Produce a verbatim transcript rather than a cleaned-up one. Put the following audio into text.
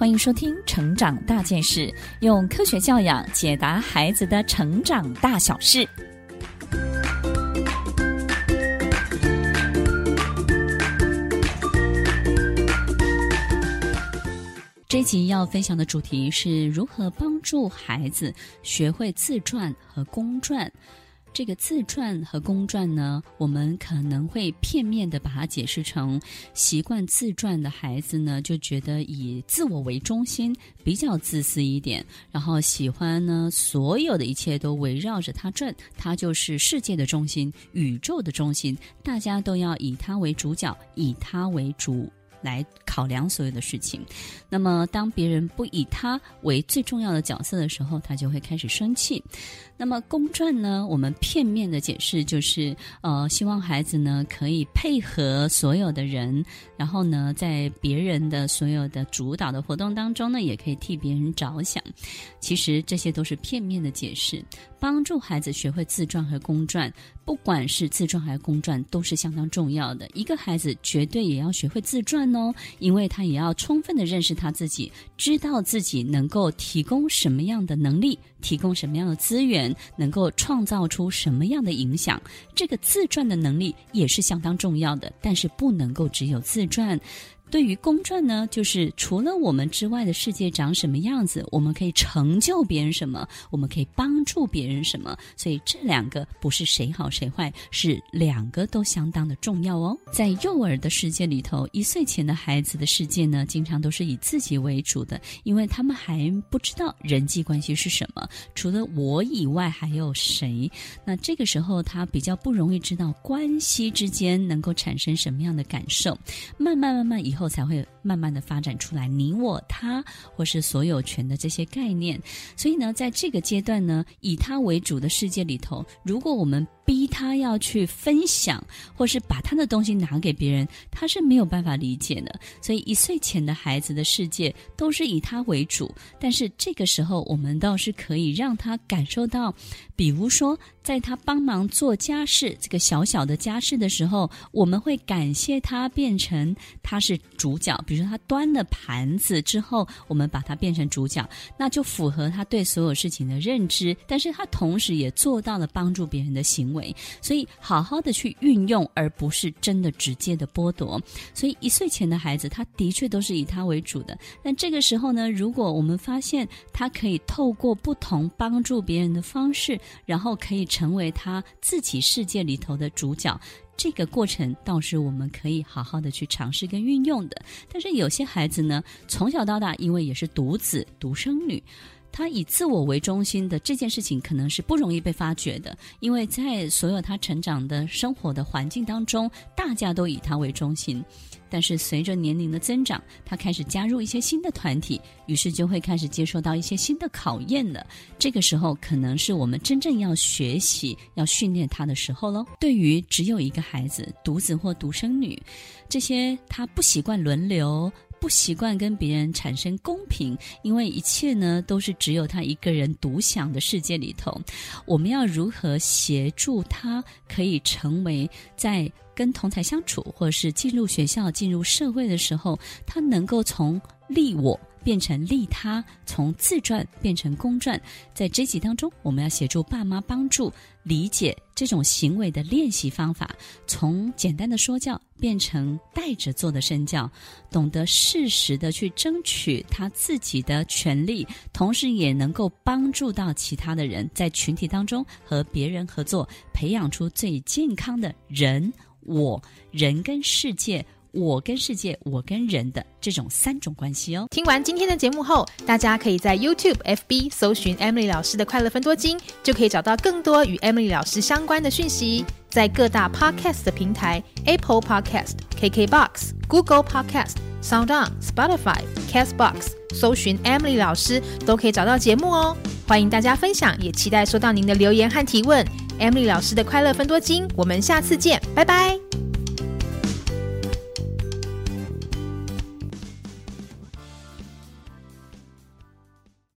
欢迎收听《成长大件事》，用科学教养解答孩子的成长大小事。这一集要分享的主题是如何帮助孩子学会自传和公传。这个自传和公传呢，我们可能会片面的把它解释成习惯自传的孩子呢，就觉得以自我为中心，比较自私一点，然后喜欢呢所有的一切都围绕着他转，他就是世界的中心，宇宙的中心，大家都要以他为主角，以他为主来考量所有的事情。那么当别人不以他为最重要的角色的时候，他就会开始生气。那么公传呢，我们片面的解释就是呃，希望孩子呢可以配合所有的人，然后呢在别人的所有的主导的活动当中呢，也可以替别人着想。其实这些都是片面的解释。帮助孩子学会自传和公传，不管是自传还是公传，都是相当重要的。一个孩子绝对也要学会自传哦，因为他也要充分的认识他自己，知道自己能够提供什么样的能力，提供什么样的资源，能够创造出什么样的影响。这个自传的能力也是相当重要的，但是不能够只有自传。对于公传呢，就是除了我们之外的世界长什么样子，我们可以成就别人什么，我们可以帮助别人什么，所以这两个不是谁好谁坏，是两个都相当的重要哦。在幼儿的世界里头，一岁前的孩子的世界呢，经常都是以自己为主的，因为他们还不知道人际关系是什么，除了我以外还有谁。那这个时候他比较不容易知道关系之间能够产生什么样的感受，慢慢慢慢以后才会慢慢的发展出来你我他或是所有权的这些概念。所以呢，在这个阶段呢，以他为主的世界里头，如果我们逼他要去分享，或是把他的东西拿给别人，他是没有办法理解的。所以一岁前的孩子的世界都是以他为主，但是这个时候我们倒是可以让他感受到，比如说在他帮忙做家事，这个小小的家事的时候，我们会感谢他变成他是主角。比如说他端了盘子之后，我们把他变成主角，那就符合他对所有事情的认知，但是他同时也做到了帮助别人的行为。所以好好的去运用，而不是真的直接的剥夺。所以一岁前的孩子，他的确都是以他为主的。但这个时候呢，如果我们发现他可以透过不同帮助别人的方式，然后可以成为他自己世界里头的主角，这个过程倒是我们可以好好的去尝试跟运用的。但是有些孩子呢，从小到大因为也是独子独生女，他以自我为中心的这件事情可能是不容易被发觉的，因为在所有他成长的生活的环境当中，大家都以他为中心。但是随着年龄的增长，他开始加入一些新的团体，于是就会开始接受到一些新的考验了。这个时候可能是我们真正要学习要训练他的时候咯。对于只有一个孩子，独子或独生女，这些他不习惯轮流，不习惯跟别人产生公平，因为一切呢都是只有他一个人独享的世界里头。我们要如何协助他可以成为在跟同侪相处，或者是进入学校进入社会的时候，他能够从利我变成利他，从自传变成公传。在这集当中，我们要协助爸妈帮助理解这种行为的练习方法，从简单的说教变成带着做的身教，懂得适时的去争取他自己的权利，同时也能够帮助到其他的人，在群体当中和别人合作，培养出最健康的人我人跟世界，我跟世界，我跟人的这种三种关系哦。 听完今天的节目后，大家可以在 YouTube、F B 搜寻 Emily 老师的快乐分多金，就可以找到更多与 Emily 老师相关的讯息。在各大 Podcast 的平台 Apple Podcast、K K B O X、Google Podcast、SoundOn、Spotify、Castbox 搜寻 Emily 老师都可以找到节目哦。欢迎大家分享，也期待收到您的留言和提问。Emily 老师的快乐分多金，我们下次见，拜拜。